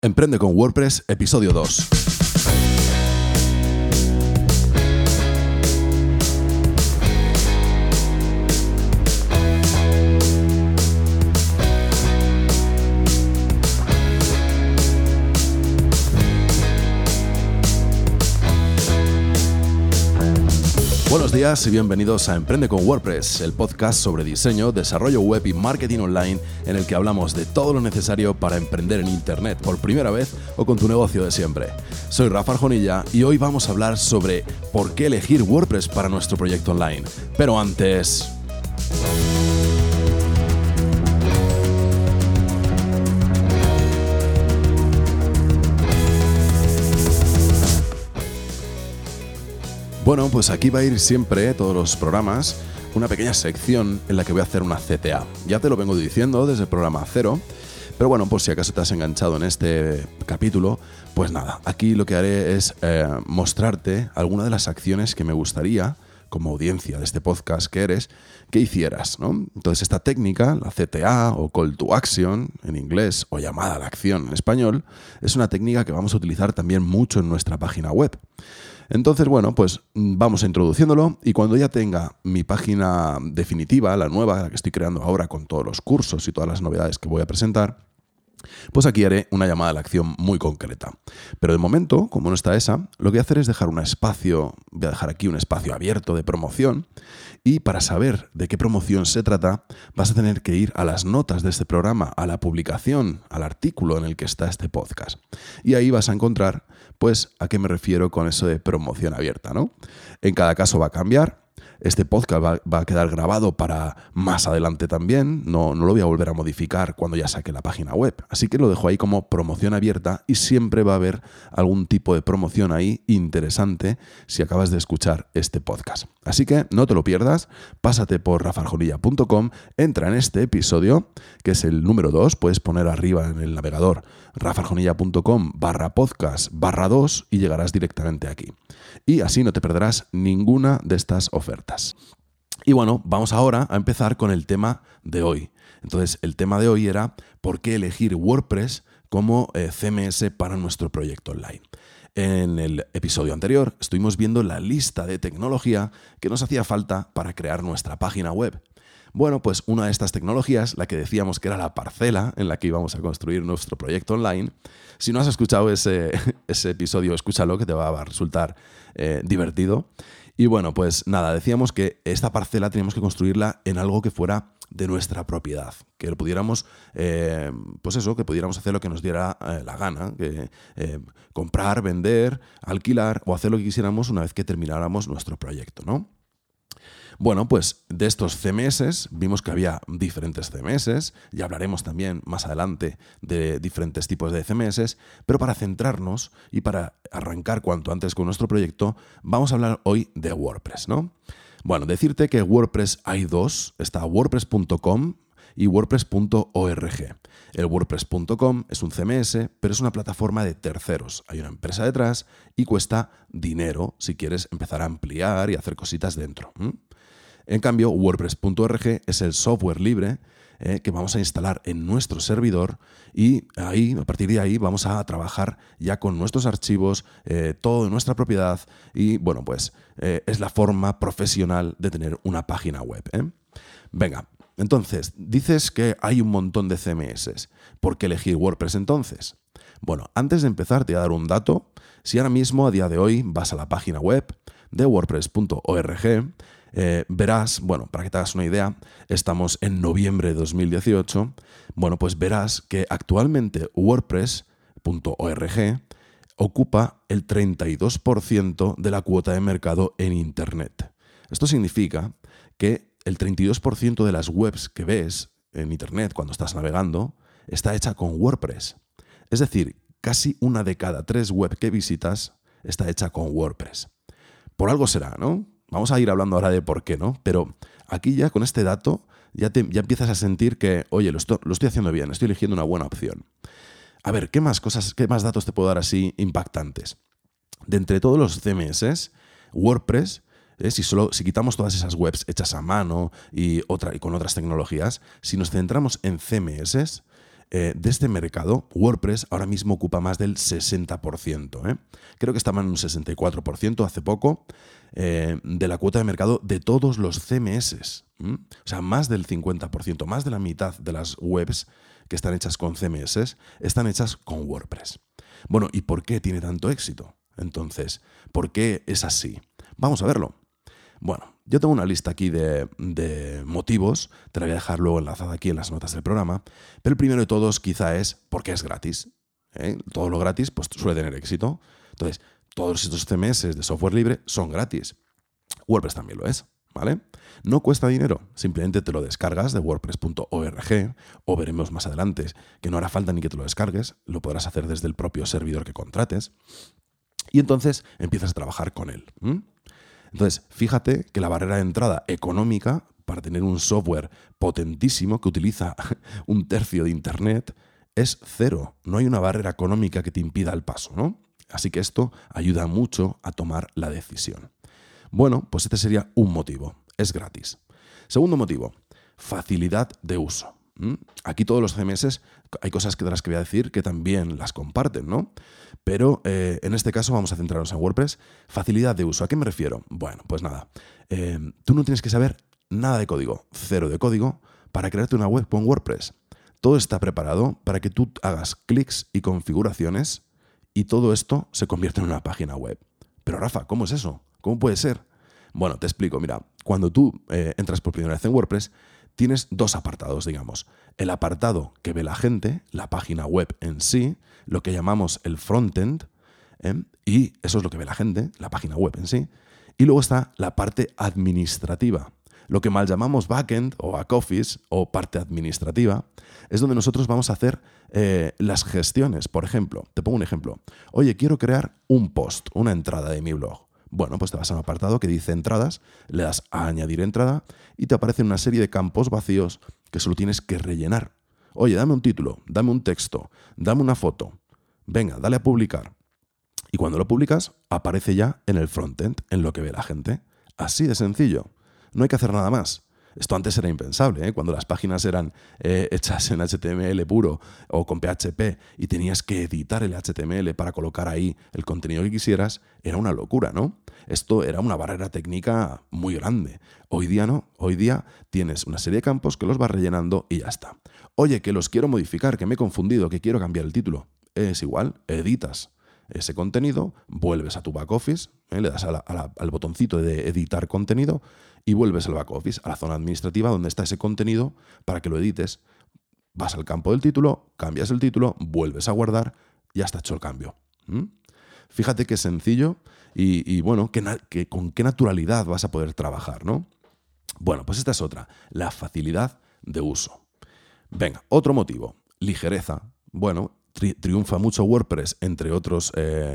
Emprende con WordPress, episodio 2. Buenos días y bienvenidos a Emprende con WordPress, el podcast sobre diseño, desarrollo web y marketing online en el que hablamos de todo lo necesario para emprender en Internet por primera vez o con tu negocio de siempre. Soy Rafa Arjonilla y hoy vamos a hablar sobre por qué elegir WordPress para nuestro proyecto online. Pero antes... Bueno, pues aquí va a ir siempre, todos los programas, una pequeña sección en la que voy a hacer una CTA. Ya te lo vengo diciendo desde el programa 0, pero bueno, por si acaso te has enganchado en este capítulo, pues nada, aquí lo que haré es mostrarte algunas de las acciones que me gustaría, como audiencia de este podcast que eres, que hicieras, ¿no? Entonces esta técnica, la CTA o Call to Action en inglés o llamada a la acción en español, es una técnica que vamos a utilizar también mucho en nuestra página web. Entonces, bueno, pues vamos introduciéndolo y cuando ya tenga mi página definitiva, la nueva, la que estoy creando ahora con todos los cursos y todas las novedades que voy a presentar, pues aquí haré una llamada a la acción muy concreta. Pero de momento, como no está esa, lo que voy a hacer es dejar un espacio, voy a dejar aquí un espacio abierto de promoción y para saber de qué promoción se trata, vas a tener que ir a las notas de este programa, a la publicación, al artículo en el que está este podcast. Y ahí vas a encontrar, pues, a qué me refiero con eso de promoción abierta, ¿no? En cada caso va a cambiar. Este podcast va a quedar grabado para más adelante también, no lo voy a volver a modificar cuando ya saque la página web. Así que lo dejo ahí como promoción abierta y siempre va a haber algún tipo de promoción ahí interesante si acabas de escuchar este podcast. Así que no te lo pierdas, pásate por rafaarjonilla.com, entra en este episodio, que es el número 2, puedes poner arriba en el navegador rafaarjonilla.com/podcast/2 y llegarás directamente aquí. Y así no te perderás ninguna de estas ofertas. Y bueno, vamos ahora a empezar con el tema de hoy. Entonces, el tema de hoy era ¿por qué elegir WordPress como CMS para nuestro proyecto online? En el episodio anterior estuvimos viendo la lista de tecnología que nos hacía falta para crear nuestra página web. Bueno, pues una de estas tecnologías, la que decíamos que era la parcela en la que íbamos a construir nuestro proyecto online, si no has escuchado ese episodio, escúchalo, que te va a resultar divertido. Y bueno, pues nada, decíamos que esta parcela teníamos que construirla en algo que fuera de nuestra propiedad, que lo pudiéramos, pues eso, que pudiéramos hacer lo que nos diera la gana, que comprar, vender, alquilar o hacer lo que quisiéramos una vez que termináramos nuestro proyecto, ¿no? Bueno, pues de estos CMS vimos que había diferentes CMS, ya hablaremos también más adelante de diferentes tipos de CMS, pero para centrarnos y para arrancar cuanto antes con nuestro proyecto, vamos a hablar hoy de WordPress, ¿no? Bueno, decirte que WordPress hay dos, está WordPress.com y WordPress.org. El WordPress.com es un CMS, pero es una plataforma de terceros. Hay una empresa detrás y cuesta dinero si quieres empezar a ampliar y hacer cositas dentro. En cambio, WordPress.org es el software libre que vamos a instalar en nuestro servidor y ahí, a partir de ahí vamos a trabajar ya con nuestros archivos, todo de nuestra propiedad y bueno, pues es la forma profesional de tener una página web. Venga, entonces, dices que hay un montón de CMS. ¿Por qué elegir WordPress entonces? Bueno, antes de empezar te voy a dar un dato. Si ahora mismo, a día de hoy, vas a la página web de WordPress.org, verás, bueno, para que te hagas una idea, estamos en noviembre de 2018, bueno, pues verás que actualmente WordPress.org ocupa el 32% de la cuota de mercado en Internet. Esto significa que el 32% de las webs que ves en Internet cuando estás navegando está hecha con WordPress. Es decir, casi una de cada 3 webs que visitas está hecha con WordPress. Por algo será, ¿no? Vamos a ir hablando ahora de por qué, ¿no? Pero aquí ya con este dato ya empiezas a sentir que, oye, lo estoy haciendo bien, estoy eligiendo una buena opción. A ver, ¿qué más datos te puedo dar así impactantes? De entre todos los CMS, WordPress, si quitamos todas esas webs hechas a mano y con otras tecnologías, si nos centramos en CMS, de este mercado, WordPress ahora mismo ocupa más del 60%. Creo que estaba en un 64% hace poco de la cuota de mercado de todos los CMS. O sea, más del 50%, más de la mitad de las webs que están hechas con CMS están hechas con WordPress. Bueno, ¿y por qué tiene tanto éxito? Entonces, ¿por qué es así? Vamos a verlo. Bueno, yo tengo una lista aquí de motivos, te la voy a dejar luego enlazada aquí en las notas del programa, pero el primero de todos quizá es porque es gratis. Todo lo gratis pues suele tener éxito. Entonces, todos estos CMS de software libre son gratis. WordPress también lo es, ¿vale? No cuesta dinero, simplemente te lo descargas de wordpress.org, o veremos más adelante que no hará falta ni que te lo descargues, lo podrás hacer desde el propio servidor que contrates, y entonces empiezas a trabajar con él. Entonces, fíjate que la barrera de entrada económica para tener un software potentísimo que utiliza 1/3 de Internet es cero. No hay una barrera económica que te impida el paso, ¿no? Así que esto ayuda mucho a tomar la decisión. Bueno, pues este sería un motivo. Es gratis. Segundo motivo, facilidad de uso. Aquí todos los CMS, hay cosas de las que voy a decir que también las comparten, ¿no? Pero en este caso vamos a centrarnos en WordPress. Facilidad de uso. ¿A qué me refiero? Bueno, pues nada. Tú no tienes que saber nada de código, cero de código, para crearte una web con WordPress. Todo está preparado para que tú hagas clics y configuraciones y todo esto se convierte en una página web. Pero Rafa, ¿cómo es eso? ¿Cómo puede ser? Bueno, te explico. Mira, cuando tú entras por primera vez en WordPress, tienes dos apartados, digamos. El apartado que ve la gente, la página web en sí, lo que llamamos el frontend, y eso es lo que ve la gente, la página web en sí. Y luego está la parte administrativa, lo que mal llamamos backend o back office o parte administrativa, es donde nosotros vamos a hacer las gestiones. Por ejemplo, te pongo un ejemplo. Oye, quiero crear un post, una entrada de mi blog. Bueno, pues te vas a un apartado que dice entradas, le das a añadir entrada y te aparecen una serie de campos vacíos que solo tienes que rellenar. Oye, dame un título, dame un texto, dame una foto. Venga, dale a publicar. Y cuando lo publicas, aparece ya en el frontend, en lo que ve la gente. Así de sencillo. No hay que hacer nada más. Esto antes era impensable, cuando las páginas eran hechas en HTML puro o con PHP y tenías que editar el HTML para colocar ahí el contenido que quisieras, era una locura, ¿no? Esto era una barrera técnica muy grande. Hoy día no, hoy día tienes una serie de campos que los vas rellenando y ya está. Oye, que los quiero modificar, que me he confundido, que quiero cambiar el título. Es igual, editas ese contenido, vuelves a tu back office, le das al botoncito de editar contenido y vuelves al back office, a la zona administrativa donde está ese contenido para que lo edites. Vas al campo del título, cambias el título, vuelves a guardar, ya está hecho el cambio. Fíjate qué sencillo y bueno, con qué naturalidad vas a poder trabajar, ¿no? Bueno, pues esta es otra, la facilidad de uso. Venga, otro motivo, ligereza. Bueno, triunfa mucho WordPress entre otros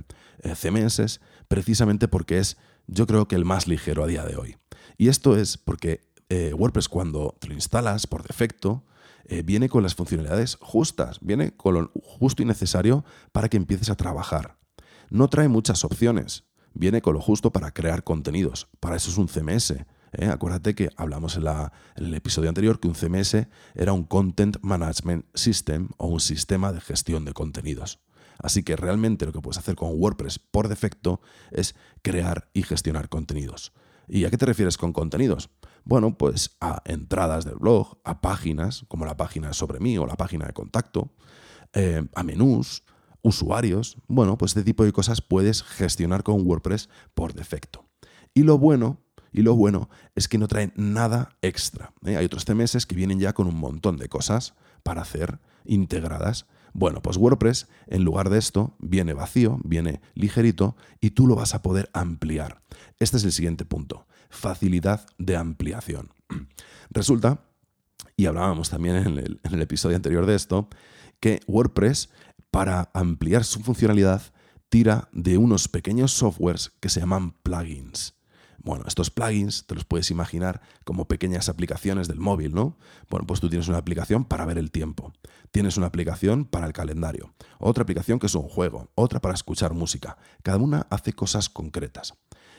CMS precisamente porque es, yo creo que el más ligero a día de hoy. Y esto es porque WordPress, cuando te lo instalas por defecto, viene con las funcionalidades justas, viene con lo justo y necesario para que empieces a trabajar. No trae muchas opciones, viene con lo justo para crear contenidos. Para eso es un CMS. Acuérdate que hablamos en el episodio anterior que un CMS era un Content Management System o un sistema de gestión de contenidos. Así que realmente lo que puedes hacer con WordPress por defecto es crear y gestionar contenidos. ¿Y a qué te refieres con contenidos? Bueno, pues a entradas del blog, a páginas, como la página sobre mí o la página de contacto, a menús, usuarios. Bueno, pues este tipo de cosas puedes gestionar con WordPress por defecto. Y lo bueno es que no traen nada extra. Hay otros CMS que vienen ya con un montón de cosas para hacer integradas. Bueno, pues WordPress, en lugar de esto, viene vacío, viene ligerito y tú lo vas a poder ampliar. Este es el siguiente punto, facilidad de ampliación. Resulta, y hablábamos también en el episodio anterior de esto, que WordPress, para ampliar su funcionalidad, tira de unos pequeños softwares que se llaman plugins. Bueno, estos plugins te los puedes imaginar como pequeñas aplicaciones del móvil, ¿no? Bueno, pues tú tienes una aplicación para ver el tiempo, tienes una aplicación para el calendario, otra aplicación que es un juego, otra para escuchar música. Cada una hace cosas concretas.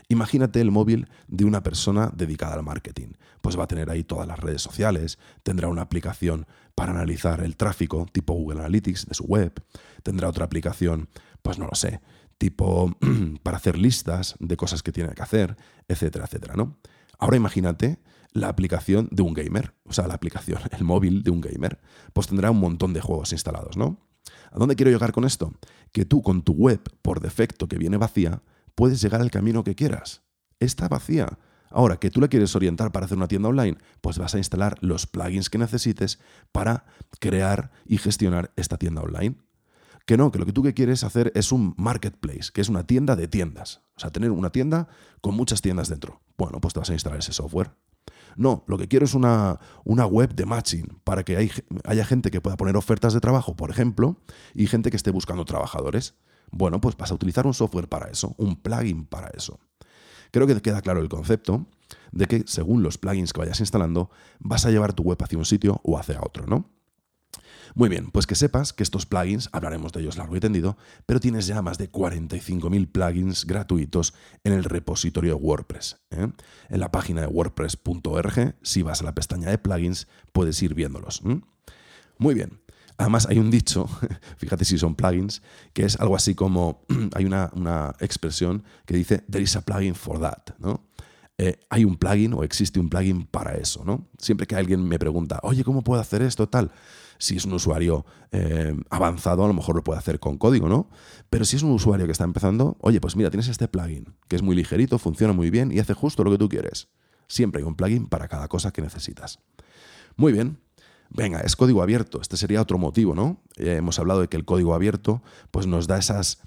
Imagínate el móvil de una persona dedicada al marketing. Pues va a tener ahí todas las redes sociales, tendrá una aplicación para analizar el tráfico, tipo Google Analytics de su web, tendrá otra aplicación, pues no lo sé, tipo para hacer listas de cosas que tiene que hacer, etcétera, etcétera, ¿no? Ahora imagínate la aplicación de un gamer, o sea, la aplicación, el móvil de un gamer, pues tendrá un montón de juegos instalados, ¿no? ¿A dónde quiero llegar con esto? Que tú con tu web, por defecto que viene vacía, puedes llegar al camino que quieras. Está vacía. Ahora, que tú la quieres orientar para hacer una tienda online, pues vas a instalar los plugins que necesites para crear y gestionar esta tienda online. Que no, que lo que tú quieres hacer es un marketplace, que es una tienda de tiendas. O sea, tener una tienda con muchas tiendas dentro. Bueno, pues te vas a instalar ese software. No, lo que quiero es una web de matching para que haya gente que pueda poner ofertas de trabajo, por ejemplo, y gente que esté buscando trabajadores. Bueno, pues vas a utilizar un software para eso, un plugin para eso. Creo que te queda claro el concepto de que según los plugins que vayas instalando, vas a llevar tu web hacia un sitio o hacia otro, ¿no? Muy bien, pues que sepas que estos plugins, hablaremos de ellos largo y tendido, pero tienes ya más de 45.000 plugins gratuitos en el repositorio de WordPress. En la página de wordpress.org, si vas a la pestaña de plugins, puedes ir viéndolos. Muy bien. Además hay un dicho, fíjate si son plugins, que es algo así como, hay una expresión que dice, there is a plugin for that, ¿no? Hay un plugin o existe un plugin para eso, ¿no? Siempre que alguien me pregunta, oye, ¿cómo puedo hacer esto, tal? Si es un usuario avanzado, a lo mejor lo puede hacer con código, ¿no? Pero si es un usuario que está empezando, oye, pues mira, tienes este plugin, que es muy ligerito, funciona muy bien y hace justo lo que tú quieres. Siempre hay un plugin para cada cosa que necesitas. Muy bien. Venga, es código abierto. Este sería otro motivo, ¿no? Hemos hablado de que el código abierto pues nos da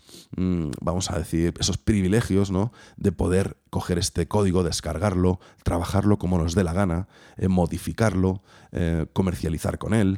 vamos a decir, esos privilegios, ¿no? De poder coger este código, descargarlo, trabajarlo como nos dé la gana, modificarlo, comercializar con él,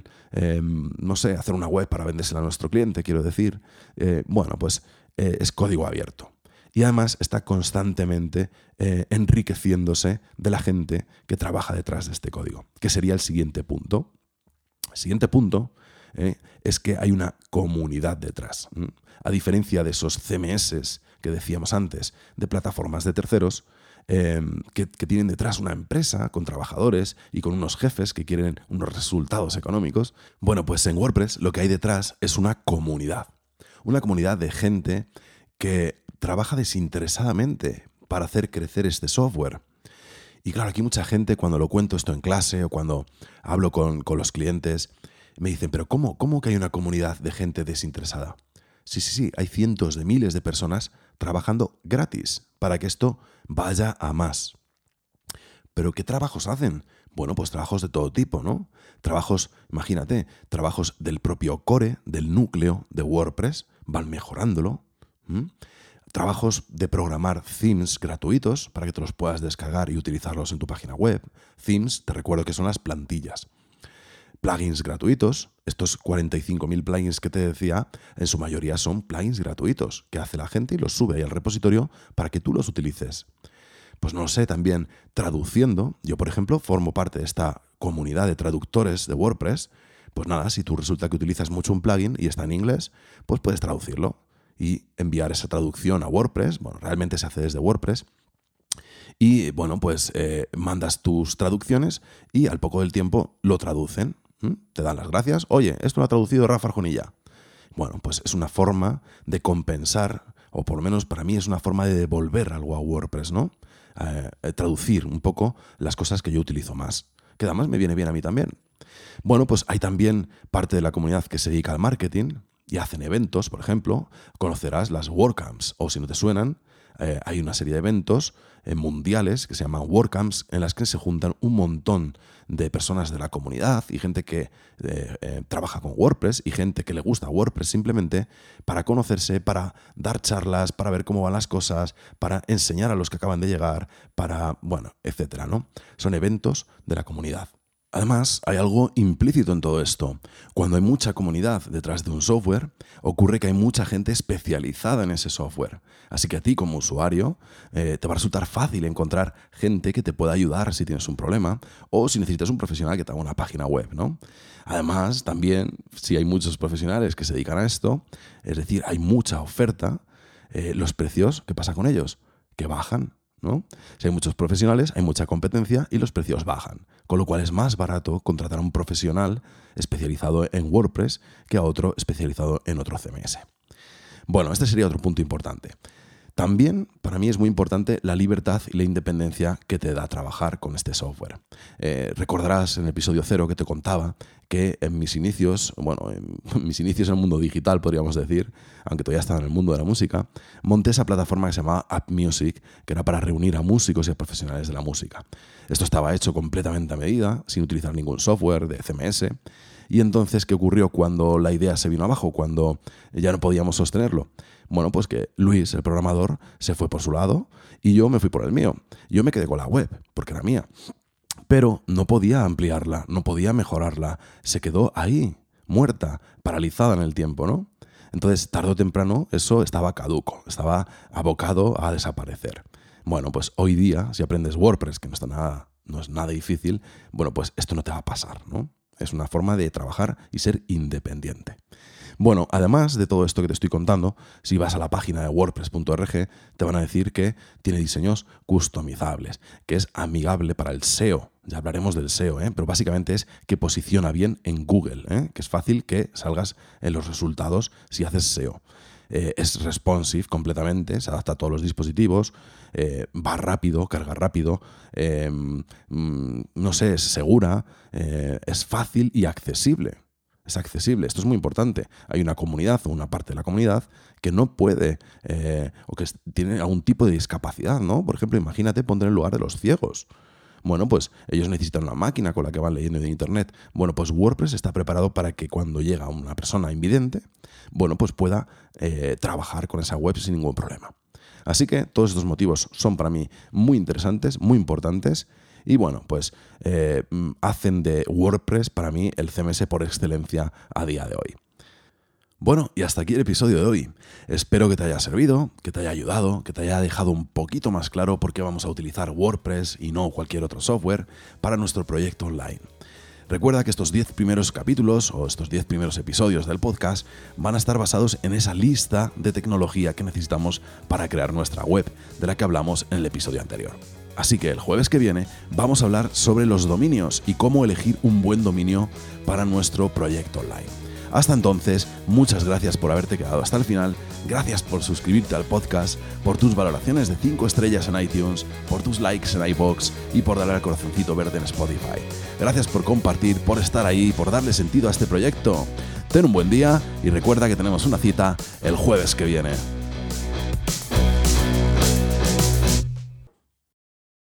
no sé, hacer una web para vendérsela a nuestro cliente, quiero decir. Bueno, pues es código abierto. Y además está constantemente enriqueciéndose de la gente que trabaja detrás de este código, que sería el siguiente punto. El siguiente punto es que hay una comunidad detrás. A diferencia de esos CMS que decíamos antes, de plataformas de terceros, que tienen detrás una empresa con trabajadores y con unos jefes que quieren unos resultados económicos. Bueno, pues en WordPress lo que hay detrás es una comunidad. Una comunidad de gente que trabaja desinteresadamente para hacer crecer este software. Y claro, aquí mucha gente, cuando lo cuento esto en clase o cuando hablo con los clientes, me dicen, pero ¿cómo que hay una comunidad de gente desinteresada? Sí, hay cientos de miles de personas trabajando gratis para que esto vaya a más. ¿Pero qué trabajos hacen? Bueno, pues trabajos de todo tipo, ¿no? Trabajos, imagínate, trabajos del propio core, del núcleo de WordPress, van mejorándolo. Trabajos de programar themes gratuitos para que te los puedas descargar y utilizarlos en tu página web. Themes, te recuerdo que son las plantillas. Plugins gratuitos. Estos 45.000 plugins que te decía, en su mayoría son plugins gratuitos que hace la gente y los sube ahí al repositorio para que tú los utilices. Pues no lo sé, también traduciendo. Yo, por ejemplo, formo parte de esta comunidad de traductores de WordPress. Pues nada, si tú resulta que utilizas mucho un plugin y está en inglés, pues puedes traducirlo y enviar esa traducción a WordPress. Bueno, realmente se hace desde WordPress. Y bueno, pues mandas tus traducciones y al poco del tiempo lo traducen. Te dan las gracias. Oye, esto lo ha traducido Rafa Arjonilla. Bueno, pues es una forma de compensar, o por lo menos para mí es una forma de devolver algo a WordPress, ¿no? Traducir un poco las cosas que yo utilizo más. Que además me viene bien a mí también. Bueno, pues hay también parte de la comunidad que se dedica al marketing y hacen eventos, por ejemplo. Conocerás las WordCamps, o si no te suenan, hay una serie de eventos mundiales que se llaman WordCamps, en las que se juntan un montón de personas de la comunidad y gente que trabaja con WordPress y gente que le gusta WordPress simplemente para conocerse, para dar charlas, para ver cómo van las cosas, para enseñar a los que acaban de llegar, para, bueno, etcétera, ¿no? Son eventos de la comunidad. Además, hay algo implícito en todo esto. Cuando hay mucha comunidad detrás de un software, ocurre que hay mucha gente especializada en ese software. Así que a ti como usuario te va a resultar fácil encontrar gente que te pueda ayudar si tienes un problema o si necesitas un profesional que te haga una página web, ¿no? Además, también, si hay muchos profesionales que se dedican a esto, es decir, hay mucha oferta, los precios, ¿qué pasa con ellos? Que bajan. ¿no? Si hay muchos profesionales, hay mucha competencia y los precios bajan, con lo cual es más barato contratar a un profesional especializado en WordPress que a otro especializado en otro CMS. Bueno, este sería otro punto importante. También, para mí, es muy importante la libertad y la independencia que te da trabajar con este software. Recordarás en el episodio 0 que te contaba que en mis inicios en el mundo digital, podríamos decir, aunque todavía estaba en el mundo de la música, monté esa plataforma que se llamaba AppMusic, que era para reunir a músicos y a profesionales de la música. Esto estaba hecho completamente a medida, sin utilizar ningún software de CMS. Y entonces, ¿qué ocurrió cuando la idea se vino abajo, cuando ya no podíamos sostenerlo? Bueno, pues que Luis, el programador, se fue por su lado y yo me fui por el mío. Yo me quedé con la web, porque era mía. Pero no podía ampliarla, no podía mejorarla. Se quedó ahí, muerta, paralizada en el tiempo, ¿no? Entonces, tarde o temprano, eso estaba caduco, estaba abocado a desaparecer. Bueno, pues hoy día, si aprendes WordPress, que no es nada difícil, bueno, pues esto no te va a pasar, ¿no? Es una forma de trabajar y ser independiente. Bueno, además de todo esto que te estoy contando, si vas a la página de wordpress.org, te van a decir que tiene diseños customizables, que es amigable para el SEO. Ya hablaremos del SEO, pero básicamente es que posiciona bien en Google, que es fácil que salgas en los resultados si haces SEO. Es responsive completamente, se adapta a todos los dispositivos, va rápido, carga rápido, es segura, es fácil y accesible. Es accesible, esto es muy importante. Hay una comunidad o una parte de la comunidad que no puede o que tiene algún tipo de discapacidad, ¿no? Por ejemplo, imagínate, ponte en el lugar de los ciegos. Bueno, pues ellos necesitan una máquina con la que van leyendo de internet. Bueno, pues WordPress está preparado para que cuando llega una persona invidente, bueno, pues pueda trabajar con esa web sin ningún problema. Así que todos estos motivos son para mí muy interesantes, muy importantes. Y bueno, pues hacen de WordPress para mí el CMS por excelencia a día de hoy. Bueno, y hasta aquí el episodio de hoy. Espero que te haya servido, que te haya ayudado, que te haya dejado un poquito más claro por qué vamos a utilizar WordPress y no cualquier otro software para nuestro proyecto online. Recuerda que estos 10 primeros capítulos o estos 10 primeros episodios del podcast van a estar basados en esa lista de tecnología que necesitamos para crear nuestra web, de la que hablamos en el episodio anterior. Así que el jueves que viene vamos a hablar sobre los dominios y cómo elegir un buen dominio para nuestro proyecto online. Hasta entonces, muchas gracias por haberte quedado hasta el final, gracias por suscribirte al podcast, por tus valoraciones de 5 estrellas en iTunes, por tus likes en iVoox y por darle al corazoncito verde en Spotify. Gracias por compartir, por estar ahí, por darle sentido a este proyecto. Ten un buen día y recuerda que tenemos una cita el jueves que viene.